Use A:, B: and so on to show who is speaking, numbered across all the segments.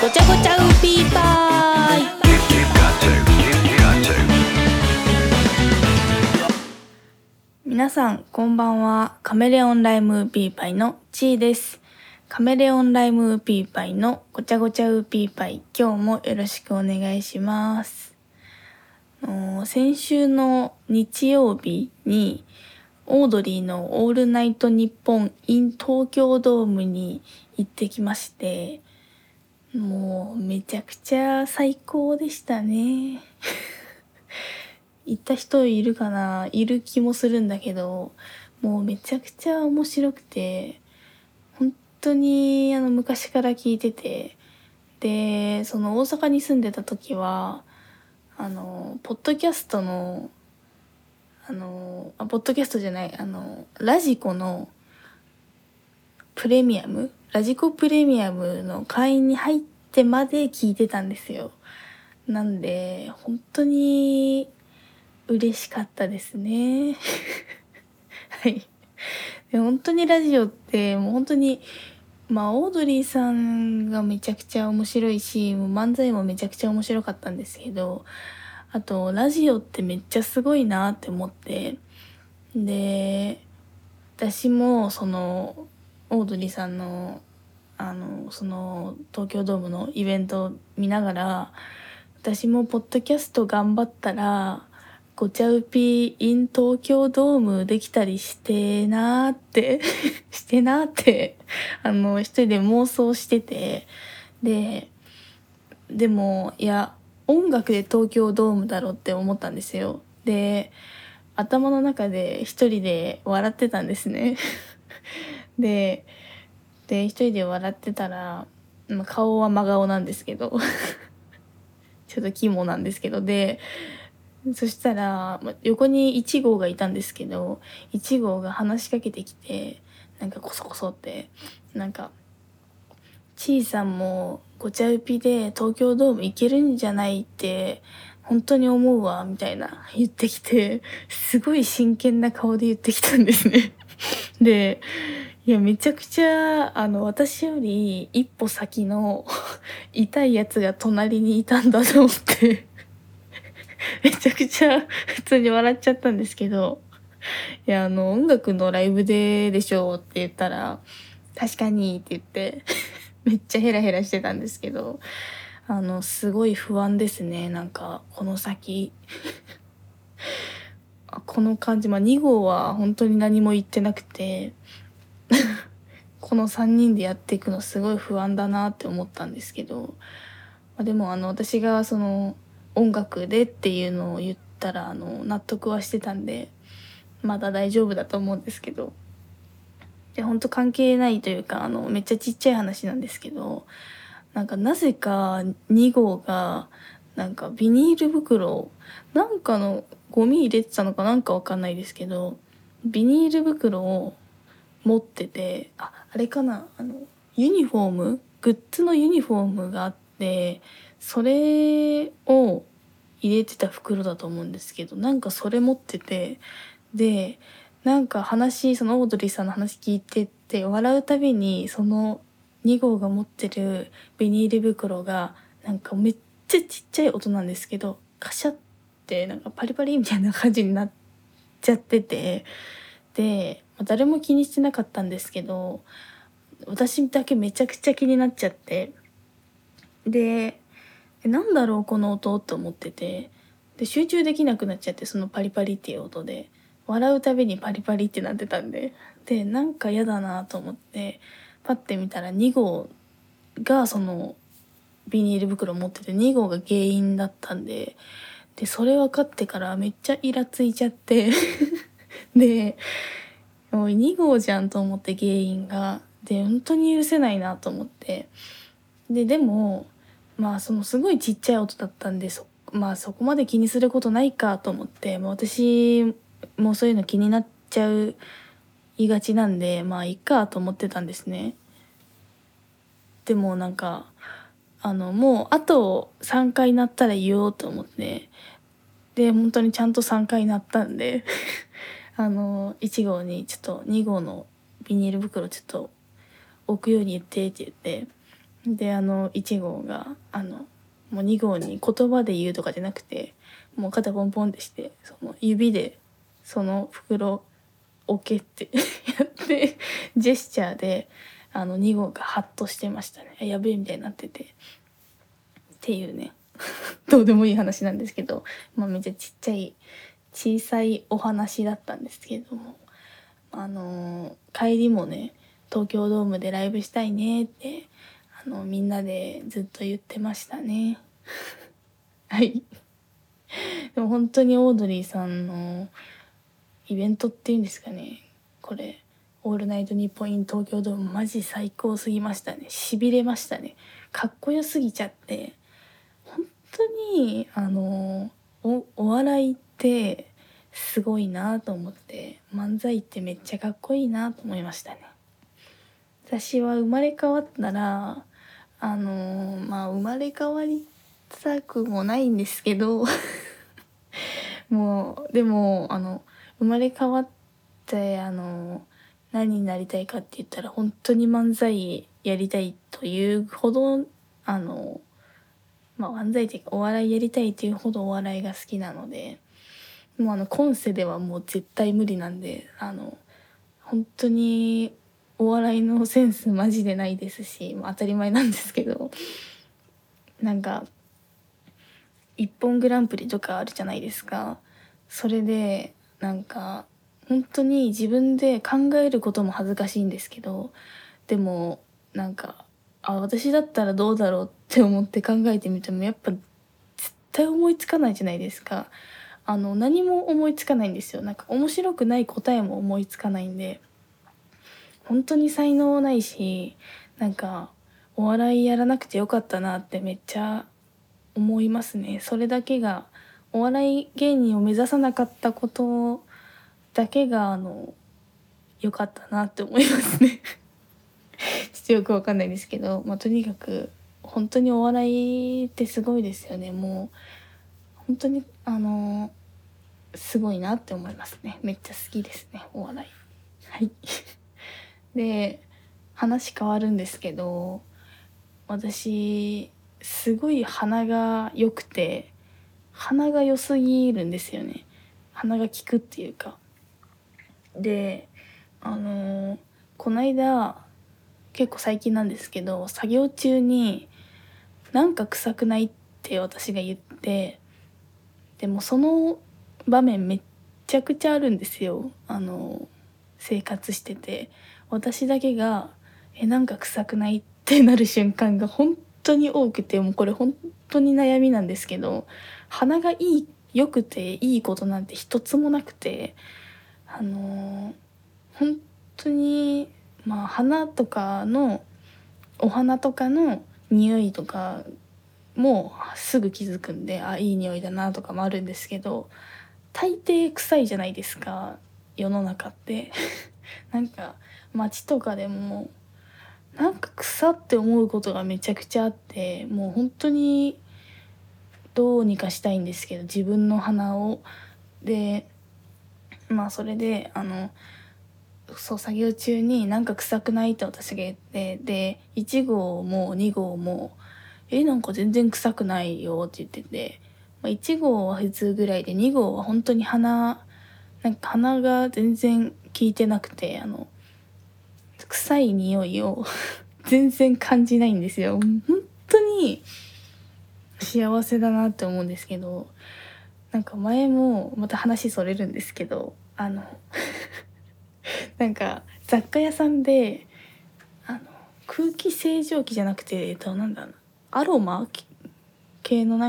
A: ごちゃごちゃウーピーパイ。皆さんこんばんは。カメレオンライムウーピーパイのちーです。カメレオンライムウーピーパイのごちゃごちゃウーピーパイ、今日もよろしくお願いします。先週の日曜日にオードリーのオールナイトニッポン in 東京ドームに行ってきまして、もうめちゃくちゃ最高でしたね。行った人いるかな？いる気もするんだけど、もうめちゃくちゃ面白くて、本当に昔から聞いてて、で、その大阪に住んでた時は、ポッドキャストの、ポッドキャストじゃない、ラジコのラジコプレミアムの会員に入ってまで聞いてたんですよ。なんで、本当に嬉しかったですね。はい。で本当にラジオってもう本当に、オードリーさんがめちゃくちゃ面白いし、もう漫才もめちゃくちゃ面白かったんですけど、あとラジオってめっちゃすごいなって思って、で、私もそのオードリーさんのその東京ドームのイベントを見ながら、私もポッドキャスト頑張ったらごちゃウピ in 東京ドームできたりしてなーってしてなーって一人で妄想してて、でもいや音楽で東京ドームだろって思ったんですよ。で、頭の中で一人で笑ってたんですね。で一人で笑ってたら、顔は真顔なんですけどちょっと肝なんですけど、でそしたら横に1号がいたんですけど、1号が話しかけてきて、なんかコソコソってなんかちいさんもごちゃウピで東京ドーム行けるんじゃないって本当に思うわみたいな言ってきて、すごい真剣な顔で言ってきたんですね。で、いやめちゃくちゃ私より一歩先の痛いやつが隣にいたんだと思ってめちゃくちゃ普通に笑っちゃったんですけど、いや音楽のライブでしょって言ったら、確かにって言ってめっちゃヘラヘラしてたんですけど、すごい不安ですね。なんかこの先この感じ、2号は本当に何も言ってなくてこの3人でやっていくのすごい不安だなって思ったんですけど、でも私がその音楽でっていうのを言ったら納得はしてたんで、まだ大丈夫だと思うんですけど、で本当関係ないというかめっちゃちっちゃい話なんですけど、なんかなぜか2号がなんかビニール袋なんかのゴミ入れてたのかなんかわかんないですけど、ビニール袋を持ってて、あれかな、ユニフォームグッズのユニフォームがあって、それを入れてた袋だと思うんですけど、なんかそれ持ってて、でなんかそのオードリーさんの話聞いてって笑うたびにその2号が持ってるビニール袋がなんかめっちゃちっちゃい音なんですけど、カシャってなんかパリパリみたいな感じになっちゃってて、で誰も気にしてなかったんですけど、私だけめちゃくちゃ気になっちゃって、でなんだろうこの音って思ってて、で集中できなくなっちゃって、そのパリパリっていう音で笑うたびにパリパリってなってたんで、なんか嫌だなと思ってパッて見たら2号がそのビニール袋持ってて、2号が原因だったんで、それ分かってからめっちゃイラついちゃってでもう2号じゃんと思って、原因が本当に許せないなと思って、でもそのすごいちっちゃい音だったんで、そこまで気にすることないかと思って、私もそういうの気になっちゃいがちなんで、いいかと思ってたんですね。でもなんかもうあと3回鳴ったら言おうと思って、本当にちゃんと3回鳴ったんで1号にちょっと2号のビニール袋ちょっと置くように言ってって言って、 で1号がもう2号に言葉で言うとかじゃなくて、もう肩ポンポンってしてその指でその袋置けってやってジェスチャーで2号がハッとしてましたね。やべえみたいになっててっていうねどうでもいい話なんですけど、めっちゃ小さいお話だったんですけれども、帰りもね東京ドームでライブしたいねってみんなでずっと言ってましたね。はいでも本当にオードリーさんのイベントっていうんですかね、これオールナイトニッポンイン東京ドームマジ最高すぎましたね。しびれましたね。かっこよすぎちゃって本当にお笑いってすごいなと思って、漫才ってめっちゃかっこいいなと思いましたね。私は生まれ変わったら生まれ変わりたくもないんですけどもうでも生まれ変わって何になりたいかって言ったら本当に漫才やりたいというほど漫才っていうかお笑いやりたいというほどお笑いが好きなので、もう今世ではもう絶対無理なんで本当にお笑いのセンスマジでないですし、当たり前なんですけど、なんか一本グランプリとかあるじゃないですか。それで本当に自分で考えることも恥ずかしいんですけど、でも私だったらどうだろうって思って考えてみてもやっぱ絶対思いつかないじゃないですか。何も思いつかないんですよ。面白くない答えも思いつかないんで、本当に才能ないし、お笑いやらなくてよかったなってめっちゃ思いますね。それだけがお笑い芸人を目指さなかったことだけが良かったなって思いますねちょっとよくわかんないですけど、とにかく本当にお笑いってすごいですよね。もう本当にすごいなって思いますね。めっちゃ好きですね、お笑い。はいで話変わるんですけど、私すごい鼻が良くて、鼻が良すぎるんですよね。鼻が利くっていうか。でこないだ結構最近なんですけど、作業中に臭くないって私が言って、でもその場面めっちゃくちゃあるんですよ。生活してて私だけが臭くないってなる瞬間が本当に多くて、もうこれ本当に悩みなんですけど、鼻が良くていいことなんて一つもなくて、本当に花とかのお花とかの匂いとかもすぐ気づくんで、いい匂いだなとかもあるんですけど、大抵臭いじゃないですか世の中って街とかでも臭って思うことがめちゃくちゃあって、もう本当にどうにかしたいんですけど自分の鼻を。でそれでそう作業中に臭くないって私が言って、で1号も2号も全然臭くないよって言ってて、1号は普通ぐらいで2号は本当に鼻が全然効いてなくて臭い匂いを全然感じないんですよ。本当に幸せだなって思うんですけど、前もまた話それるんですけど雑貨屋さんであの空気清浄機じゃなくてアロマ系の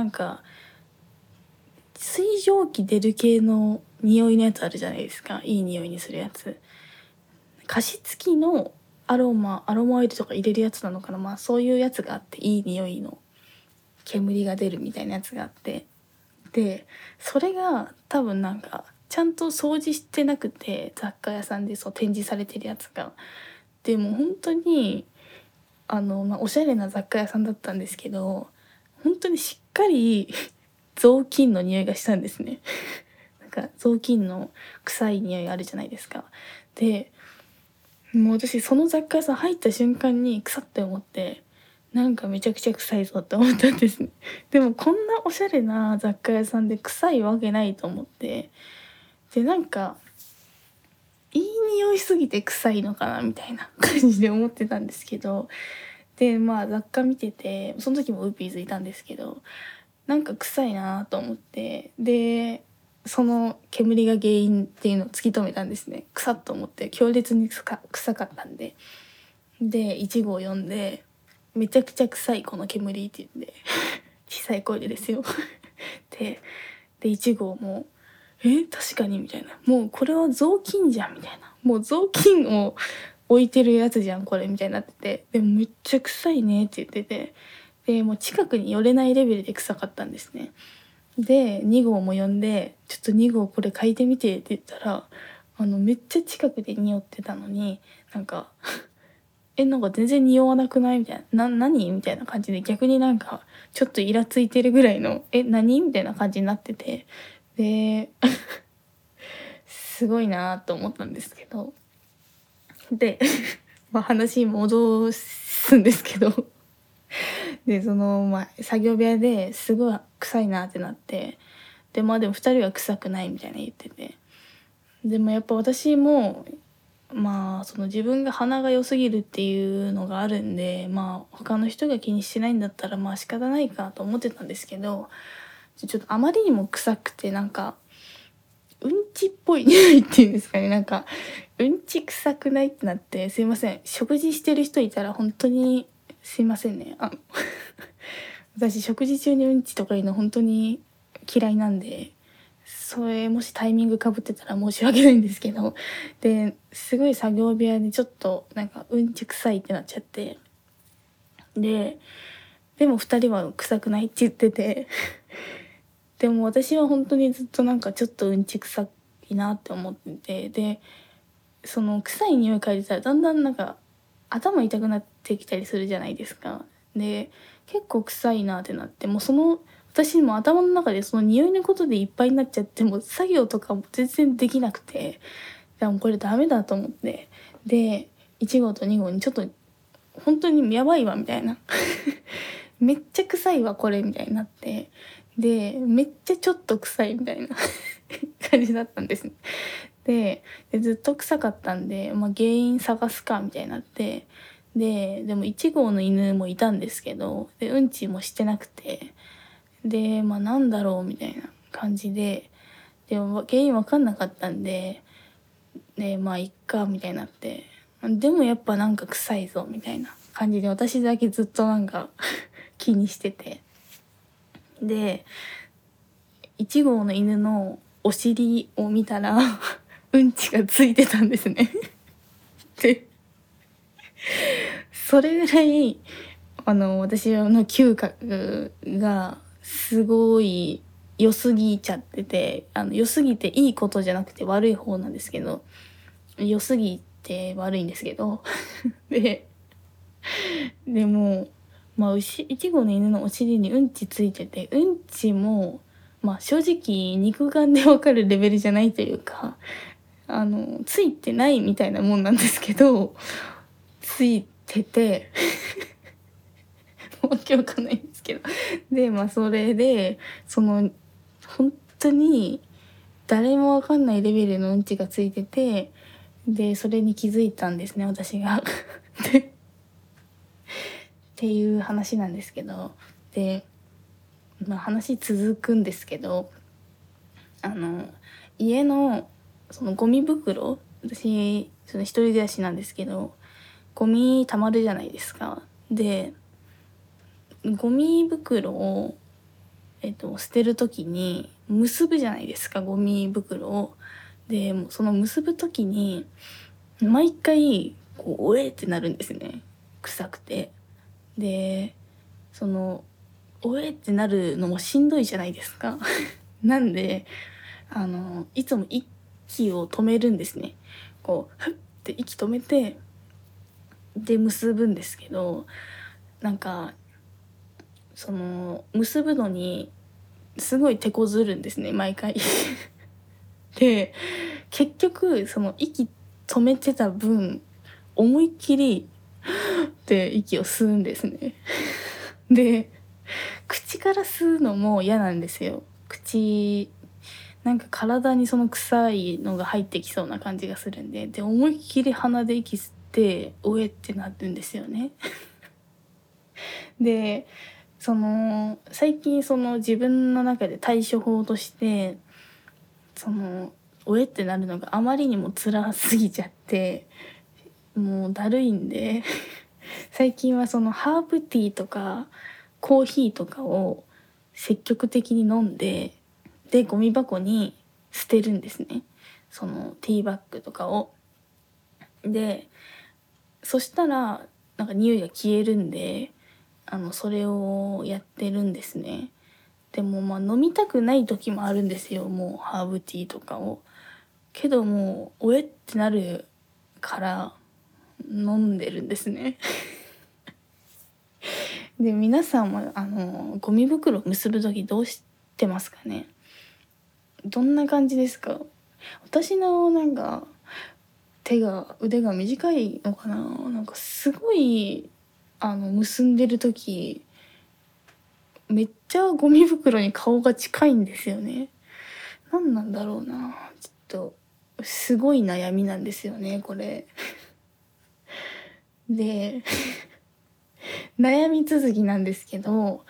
A: 水蒸気出る系の匂いのやつあるじゃないですか。いい匂いにするやつ、加湿器のアロマオイルとか入れるやつなのかな、そういうやつがあって、いい匂いの煙が出るみたいなやつがあって、でそれが多分ちゃんと掃除してなくて、雑貨屋さんでそう展示されてるやつが、でも本当におしゃれな雑貨屋さんだったんですけど、本当にしっかり雑巾の匂いがしたんですね雑巾の臭い匂いあるじゃないですか。でもう私その雑貨屋さん入った瞬間に臭って思って、 なんかめちゃくちゃ臭いぞって思ったんですね。でもこんなおしゃれな雑貨屋さんで臭いわけないと思って、でなんかいい匂いすぎて臭いのかなみたいな感じで思ってたんですけど、でまあ雑貨見てて、その時もウーピーズいたんですけど、なんか臭いなと思って、でその煙が原因っていうのを突き止めたんですね。臭っと思って、強烈に臭かったんで、で1号読んで、めちゃくちゃ臭いこの煙って言って小さい声でですよで1号も確かにみたいな、もうこれは雑巾じゃんみたいな、もう雑巾を置いてるやつじゃんこれみたいになってて、でもめっちゃ臭いねって言ってて、でもう近くに寄れないレベルで臭かったんですね。で2号も呼んで、ちょっと2号これ嗅いでみてって言ったら、めっちゃ近くで匂ってたのに、なんかなんか全然匂わなくないみたいな、何みたいな感じで、逆になんかちょっとイラついてるぐらいの何みたいな感じになってて、ですごいなと思ったんですけど、でまあ話戻すんですけど、で作業部屋ですごい臭いなってなって、ででも2人は臭くないみたいな言ってて、でもやっぱ私もその自分が鼻が良すぎるっていうのがあるんで、他の人が気にしてないんだったら仕方ないかと思ってたんですけど、ちょっとあまりにも臭くて、なんかうんちっぽい匂いっていうんですかね、なんかうんち臭くないってなって、すいません、食事してる人いたら本当にすいませんね。私食事中にうんちとかいうの本当に嫌いなんで、それもしタイミングかぶってたら申し訳ないんですけど、ですごい作業部屋でちょっとなんかうんち臭いってなっちゃって、でも2人は臭くないって言ってて、でも私は本当にずっとなんかちょっとうんち臭いなって思ってて、でその臭い匂い嗅いでたらだんだんなんか頭痛くなってきたりするじゃないですか。で結構臭いなってなって、もう私も頭の中でその匂いのことでいっぱいになっちゃって、もう作業とかも全然できなくて、でもこれダメだと思って、で1号と2号にちょっと本当にやばいわみたいなめっちゃ臭いわこれみたいになって、でめっちゃちょっと臭いみたいな感じだったんですね。でずっと臭かったんで、原因探すかみたいになって、でも1号の犬もいたんですけど、うんちもしてなくて、なんだろうみたいな感じでも原因わかんなかったんで、いっかみたいになって、でもやっぱなんか臭いぞみたいな感じで、私だけずっとなんか気にしてて、で1号の犬のお尻を見たらうんちがついてたんですねでそれぐらい私の嗅覚がすごい良すぎちゃってて、良すぎていいことじゃなくて悪い方なんですけど、良すぎて悪いんですけどでも1号の犬のお尻にうんちついてて、うんちも正直肉眼でわかるレベルじゃないというか、ついてないみたいなもんなんですけど、ついててわけわかんないんですけど、それで本当に誰もわかんないレベルのうんちがついてて、でそれに気づいたんですね、私がっていう話なんですけど、話続くんですけど、家のそのゴミ袋、私その一人暮らしなんですけど、ゴミ溜まるじゃないですか。でゴミ袋を、捨てる時に結ぶじゃないですか、ゴミ袋を。でもうその結ぶ時に毎回おえってなるんですね、臭くて。でおえってなるのもしんどいじゃないですかなんでいつも息を止めるんですね。ふって息止めて、で結ぶんですけど、なんか結ぶのにすごい手こずるんですね、毎回で結局息止めてた分思いっきりって息を吸うんですね。で口から吸うのも嫌なんですよ。なんか体にその臭いのが入ってきそうな感じがするんで思いっきり鼻で息吸っておえってなるんですよね。で最近自分の中で対処法としておえってなるのがあまりにも辛すぎちゃってもうだるいんで最近はハーブティーとかコーヒーとかを積極的に飲んでゴミ箱に捨てるんですね、そのティーバッグとかを。でそしたらなんか匂いが消えるんでそれをやってるんですね。でも飲みたくない時もあるんですよ、もうハーブティーとかを。けどもうおえってなるから飲んでるんですね。で皆さんもゴミ袋結ぶ時どうしてますかね。どんな感じですか。私のなんか腕が短いのかな、なんかすごい結んでる時めっちゃゴミ袋に顔が近いんですよね。何なんだろうな、ちょっとすごい悩みなんですよねこれ。で悩み続きなんですけど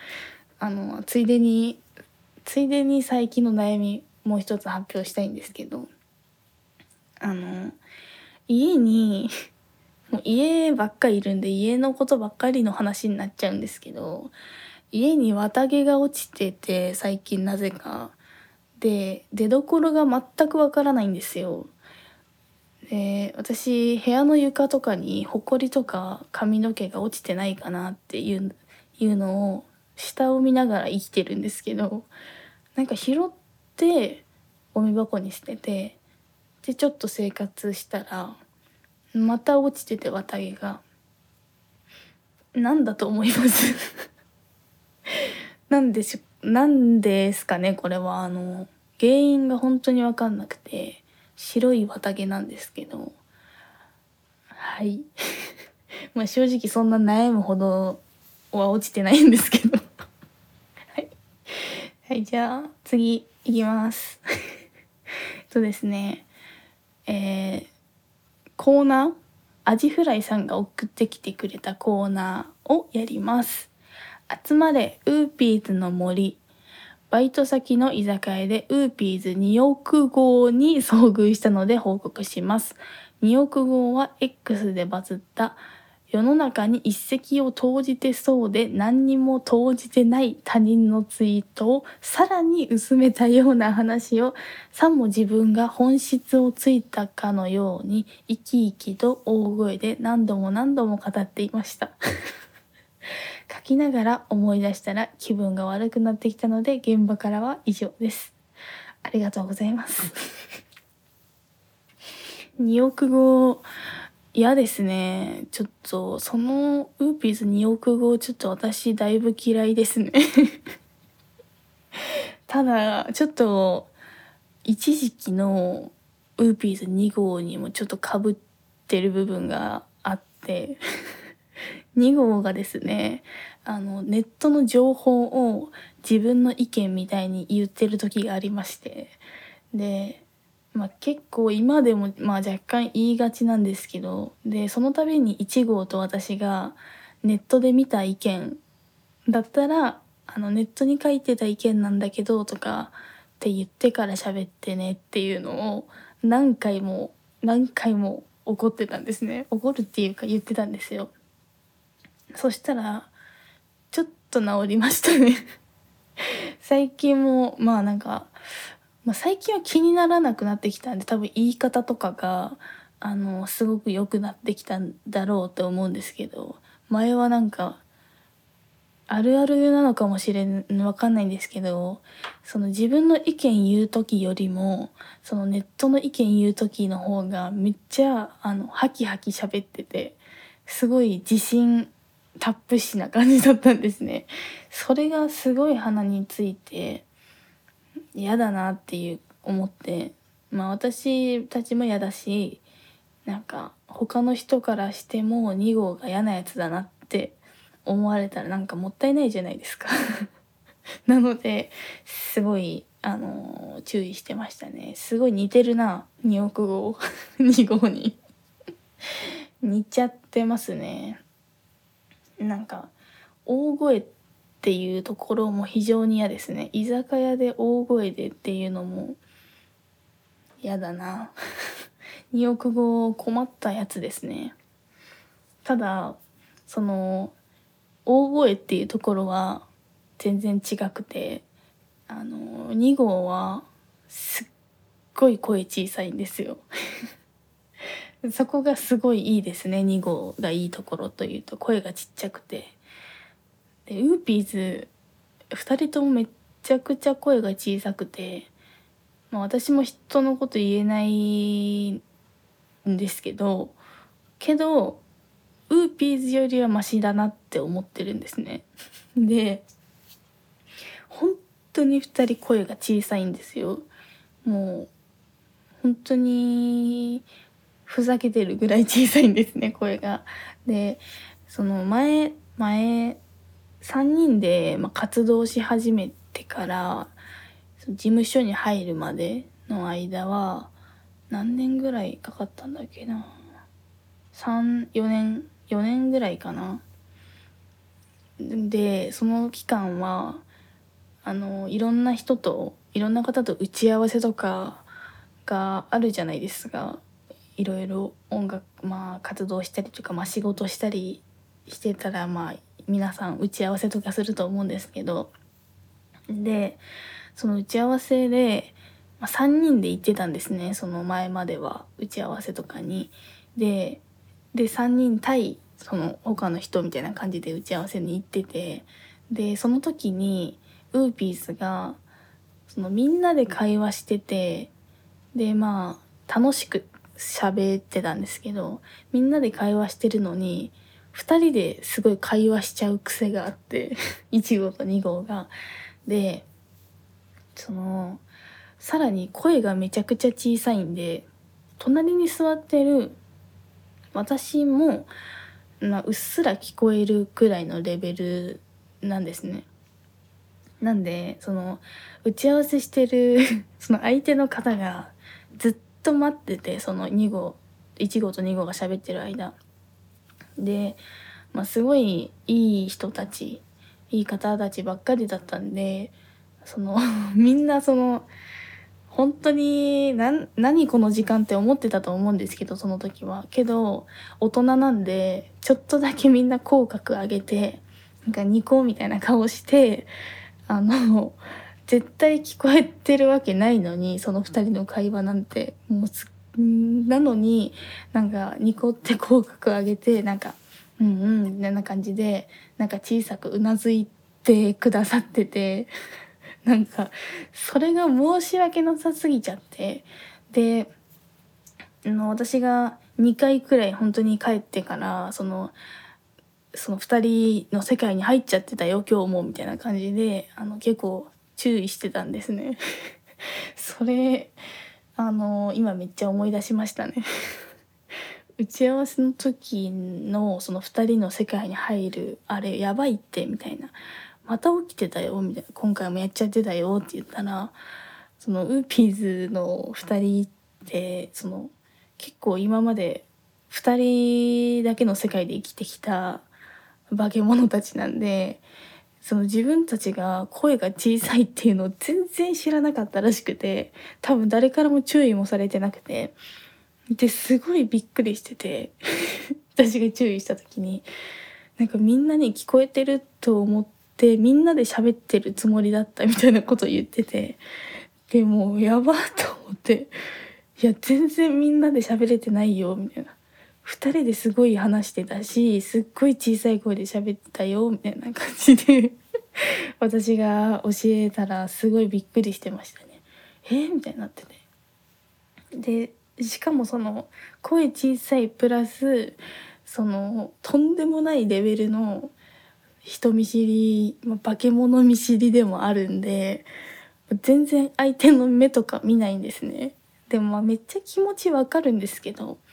A: ついでに最近の悩みもう一つ発表したいんですけど、あの家にもう家ばっかりいるんで家のことばっかりの話になっちゃうんですけど、家に綿毛が落ちてて最近なぜかで出どころが全くわからないんですよ。で私部屋の床とかにホコリとか髪の毛が落ちてないかなっていうのを下を見ながら生きてるんですけど、なんか拾ってゴミ箱に捨ててでちょっと生活したらまた落ちてて綿毛が。なんだと思います？なんですかねこれは。原因が本当に分かんなくて白い綿毛なんですけど、はい。正直そんな悩むほどは落ちてないんですけど。はい、はい、じゃあ次いきます。ですね、コーナーアジフライさんが送ってきてくれたコーナーをやります。集まれウーピーズの森。バイト先の居酒屋でウーピーズ2億号に遭遇したので報告します。2億号は X でバズった世の中に一石を投じてそうで何にも投じてない他人のツイートをさらに薄めたような話をさも自分が本質をついたかのように生き生きと大声で何度も何度も語っていました。書きながら思い出したら気分が悪くなってきたので現場からは以上です。ありがとうございます。2億語嫌ですね。ちょっとそのウーピーズ2億語ちょっと私だいぶ嫌いですね。ただちょっと一時期のウーピーズ2号にもちょっとかぶってる部分があって2号がですねネットの情報を自分の意見みたいに言ってる時がありまして、で、結構今でも若干言いがちなんですけど、でその度に1号と私がネットで見た意見だったらネットに書いてた意見なんだけどとかって言ってから喋ってねっていうのを何回も何回も怒ってたんですね。怒るっていうか言ってたんですよ。そしたらちょっと治りましたね。最近も最近は気にならなくなってきたんで多分言い方とかがすごく良くなってきたんだろうと思うんですけど、前はなんかあるあるなのかもしれんわかんないんですけど、その自分の意見言う時よりもそのネットの意見言う時の方がめっちゃハキハキ喋っててすごい自信タップしな感じだったんですね。それがすごい鼻について嫌だなっていう思って、私たちも嫌だしなんか他の人からしても2号が嫌なやつだなって思われたらなんかもったいないじゃないですか。なのですごい注意してましたね。すごい似てるな、2億号2号に似ちゃってますね。なんか大声っていうところも非常に嫌ですね。居酒屋で大声でっていうのも嫌だな。2億号困ったやつですね。ただその大声っていうところは全然違くて、2号はすっごい声小さいんですよ。そこがすごいいいですね。2号がいいところというと声がちっちゃくて、でウーピーズ2人ともめっちゃくちゃ声が小さくて、私も人のこと言えないんですけどウーピーズよりはマシだなって思ってるんですね。で本当に2人声が小さいんですよ。もう本当にふざけてるぐらい小さいんですね、声が。でその前3人で活動し始めてから事務所に入るまでの間は何年ぐらいかかったんだっけな、4年ぐらいかな。でその期間はいろんな人といろんな方と打ち合わせとかがあるじゃないですか。いろいろ音楽活動したりとか、仕事したりしてたら皆さん打ち合わせとかすると思うんですけど、でその打ち合わせで、3人で行ってたんですね、その前までは打ち合わせとかに。で3人対その他の人みたいな感じで打ち合わせに行ってて、でその時にウーピースがそのみんなで会話してて、で楽しく喋ってたんですけど、みんなで会話してるのに2人ですごい会話しちゃう癖があって1号と2号が。でさらに声がめちゃくちゃ小さいんで、隣に座ってる私もうっすら聞こえるくらいのレベルなんですね。なんで打ち合わせしてるその相手の方がずっと待ってて、その2号1号と2号が喋ってる間で、すごいいい人たちいい方たちばっかりだったんで、みんな本当に何この時間って思ってたと思うんですけど、その時はけど大人なんでちょっとだけみんな口角上げてなんかニコみたいな顔して絶対聞こえてるわけないのに、その2人の会話なんてなのになんかニコって口角上げてなんかうんうんみたいな感じでなんか小さくうなずいてくださっててなんかそれが申し訳なさすぎちゃって、で私が2回くらい本当に帰ってからその2人の世界に入っちゃってたよ今日もみたいな感じで結構注意してたんですね。それ今めっちゃ思い出しましたね。打ち合わせの時のその2人の世界に入るあれやばいってみたいな、また起きてたよみたいな、今回もやっちゃってたよって言ったら、そのウーピーズの2人って結構今まで2人だけの世界で生きてきた化け物たちなんで、自分たちが声が小さいっていうのを全然知らなかったらしくて、多分誰からも注意もされてなくて、ですごいびっくりしてて私が注意した時になんかみんなに聞こえてると思ってみんなで喋ってるつもりだったみたいなことを言ってて、でもうやばと思って、いや全然みんなで喋れてないよみたいな、2人ですごい話してたしすっごい小さい声で喋ってたよみたいな感じで私が教えたらすごいびっくりしてましたね。みたいになってて、でしかも声小さいプラスとんでもないレベルの人見知り、化け物見知りでもあるんで全然相手の目とか見ないんですね。でもめっちゃ気持ちわかるんですけど、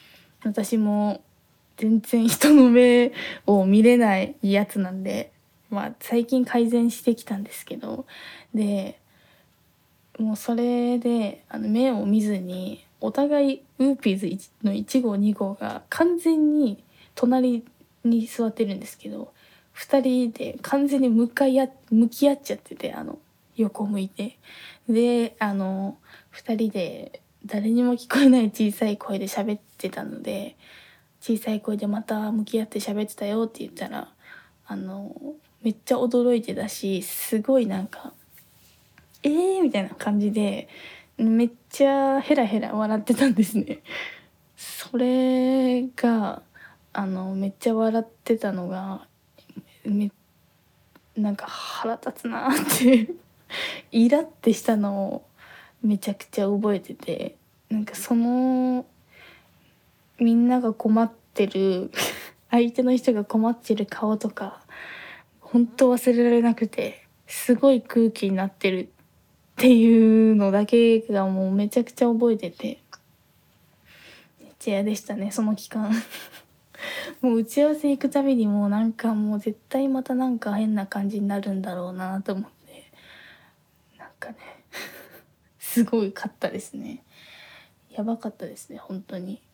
A: 私も全然人の目を見れないやつなんで、最近改善してきたんですけど、でもうそれで目を見ずにお互いウーピーズの1号2号が完全に隣に座ってるんですけど、2人で完全に向き合っちゃってて、横向いて、で2人で誰にも聞こえない小さい声で喋ってたので、小さい声でまた向き合って喋ってたよって言ったら、めっちゃ驚いてたし、すごいなんかみたいな感じでめっちゃヘラヘラ笑ってたんですね。それがめっちゃ笑ってたのがなんか腹立つなってイラってしたのをめちゃくちゃ覚えてて、なんかそのみんなが困ってる相手の人が困ってる顔とか本当忘れられなくて、すごい空気になってるっていうのだけがもうめちゃくちゃ覚えてて、めっちゃ嫌でしたね、その期間もう打ち合わせ行くたびにもうなんかもう絶対またなんか変な感じになるんだろうなと思って、なんかねすごいかったですね。やばかったですね、本当に。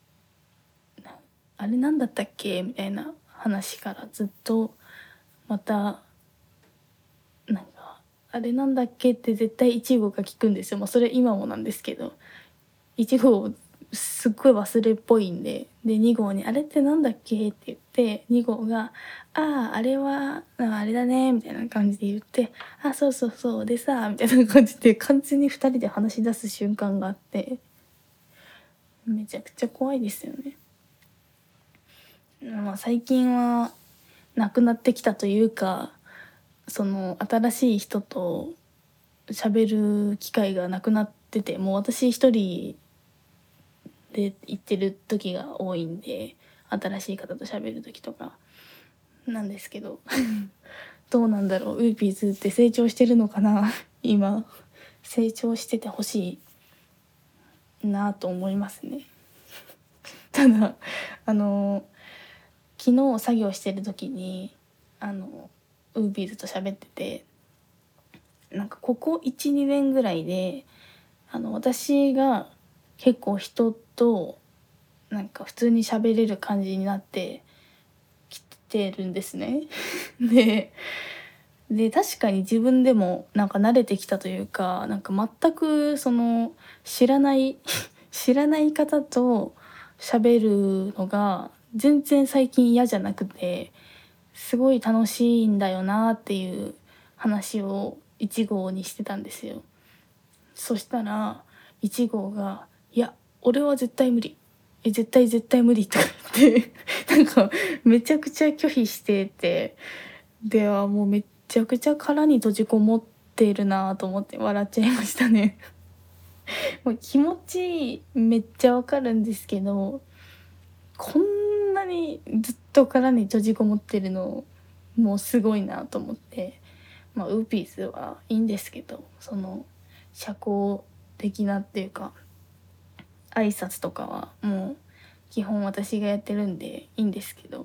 A: あれなんだったっけみたいな話からずっとまたなんかあれなんだっけって絶対1号が聞くんですよ。それ今もなんですけど、1号すっごい忘れっぽいんで2号に「あれってなんだっけ?」って言って2号が「あああれはあれだね」みたいな感じで言って「あそうそうそうでさ」みたいな感じで完全に2人で話し出す瞬間があって、めちゃくちゃ怖いですよね。最近はなくなってきたというか、その新しい人と喋る機会がなくなってて、もう私一人で行ってる時が多いんで、新しい方と喋る時とかなんですけどどうなんだろう、ウーピーズって成長してるのかな今成長しててほしいなと思いますね。ただ昨日作業してる時にウーピーズと喋ってて、なんかここ 1,2 年ぐらいで私が結構人となんか普通に喋れる感じになってきてるんですねで確かに自分でもなんか慣れてきたというか、なんか全くその知らない知らない方と喋るのが全然最近嫌じゃなくて、すごい楽しいんだよなっていう話を1号にしてたんですよ。そしたら1号が「いや俺は絶対無理、絶対絶対無理」とか言ってなんかめちゃくちゃ拒否してて、ではもうめっちゃくちゃ殻に閉じこもっているなと思って笑っちゃいましたねもう気持ちめっちゃわかるんですけど、こんなにずっと殻に閉じこもってるのもうすごいなと思って、ウーピーズはいいんですけど、その社交的なっていうか挨拶とかはもう基本私がやってるんでいいんですけど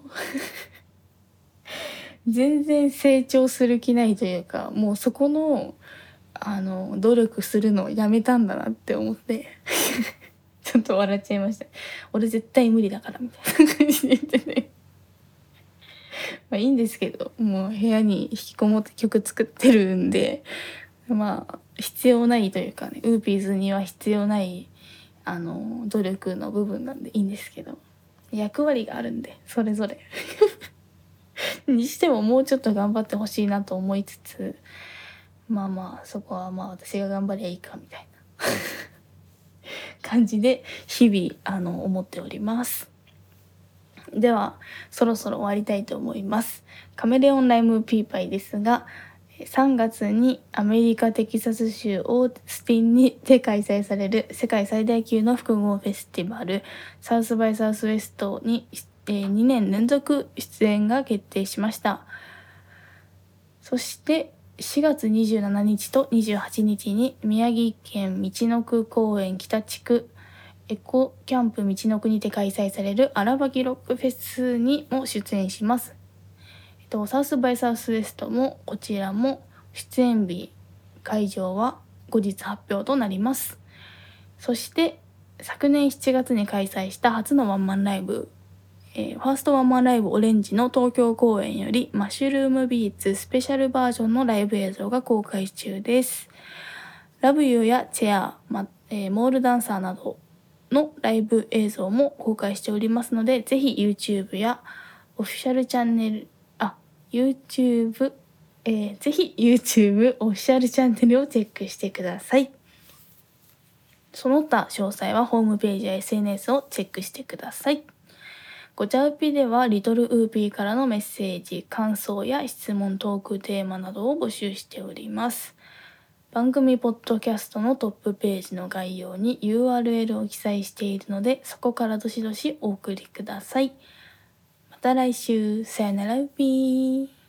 A: 全然成長する気ないというか、もうそこの努力するのをやめたんだなって思ってちょっと笑っちゃいました。俺絶対無理だからみたいな感じで言ってねいいんですけど、もう部屋に引きこもって曲作ってるんで、必要ないというかね、ウーピーズには必要ない努力の部分なんでいいんですけど、役割があるんでそれぞれにしてももうちょっと頑張ってほしいなと思いつつ、そこは私が頑張りゃいいかみたいな感じで日々思っております。ではそろそろ終わりたいと思います。カメレオンライムピーパイですが、3月にアメリカテキサス州オースティンにて開催される世界最大級の複合フェスティバルサウスバイサウスウェストに2年連続出演が決定しました。そして4月27日と28日に宮城県みちのく公園北地区エコキャンプ道の国で開催される荒ばきロックフェスにも出演します。サウスバイサウスウエストもこちらも出演日、会場は後日発表となります。そして昨年7月に開催した初のワンマンライブ、ファーストワンマンライブオレンジの東京公演よりマッシュルームビーツスペシャルバージョンのライブ映像が公開中です。ラブユーやチェア、モールダンサーなどのライブ映像も公開しておりますので、ぜひ YouTube やオフィシャルチャンネル、YouTube、ぜひ YouTube オフィシャルチャンネルをチェックしてください。その他詳細はホームページや SNS をチェックしてください。ごちゃうぴではリトルウーピーからのメッセージ、感想や質問、トークテーマなどを募集しております。番組ポッドキャストのトップページの概要に URL を記載しているので、そこからどしどしお送りください。また来週、さよならウーピー。